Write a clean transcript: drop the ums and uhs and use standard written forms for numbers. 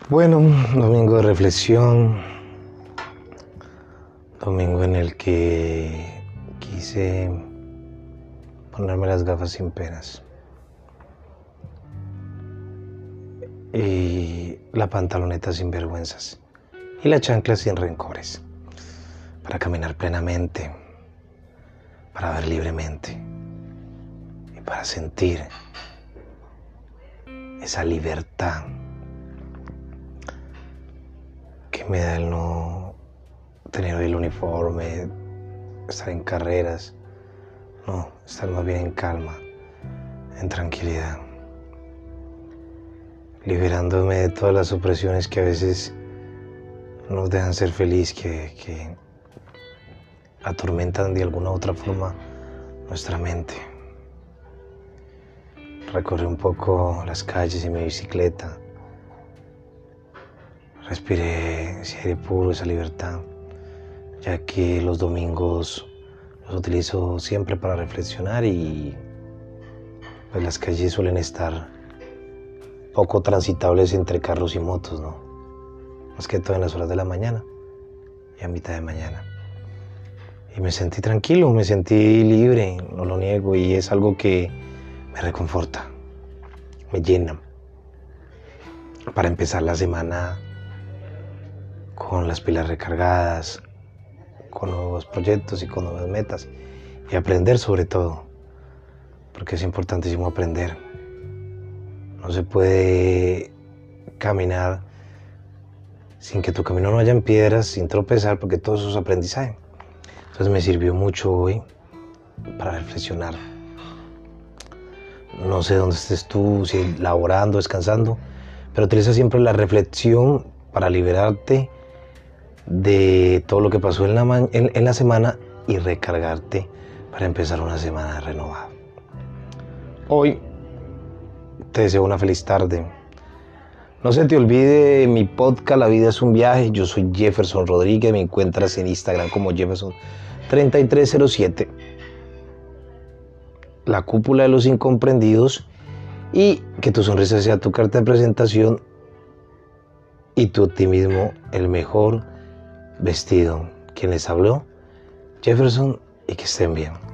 Bueno, domingo de reflexión, domingo en el que quise ponerme las gafas sin penas y la pantaloneta sin vergüenzas y la chancla sin rencores, para caminar plenamente, para ver libremente y para sentir esa libertad que me da el no tener el uniforme, estar en carreras, no, estar más bien en calma, en tranquilidad, liberándome de todas las opresiones que a veces nos dejan ser feliz, que atormentan de alguna u otra forma nuestra mente. Recorrí un poco las calles en mi bicicleta, respiré ese aire puro, esa libertad, ya que los domingos los utilizo siempre para reflexionar y pues las calles suelen estar poco transitables entre carros y motos, ¿no? Más que todo en las horas de la mañana y a mitad de mañana. Y me sentí tranquilo, me sentí libre, no lo niego, y es algo que me reconforta, me llena para empezar la semana con las pilas recargadas, con nuevos proyectos y con nuevas metas, y aprender sobre todo, porque es importantísimo aprender. No se puede caminar sin que tu camino no hayan piedras, sin tropezar, porque todo eso es aprendizaje. Entonces me sirvió mucho hoy para reflexionar. No sé dónde estés tú, si laborando, descansando, pero utiliza siempre la reflexión para liberarte de todo lo que pasó en la semana y recargarte para empezar una semana renovada. Hoy te deseo una feliz tarde. No se te olvide mi podcast La Vida es un Viaje. Yo soy Jefferson Rodríguez, me encuentras en Instagram como Jefferson3307. La cúpula de los incomprendidos, y que tu sonrisa sea tu carta de presentación y tu optimismo el mejor vestido. Quien les habló, Jefferson, y que estén bien.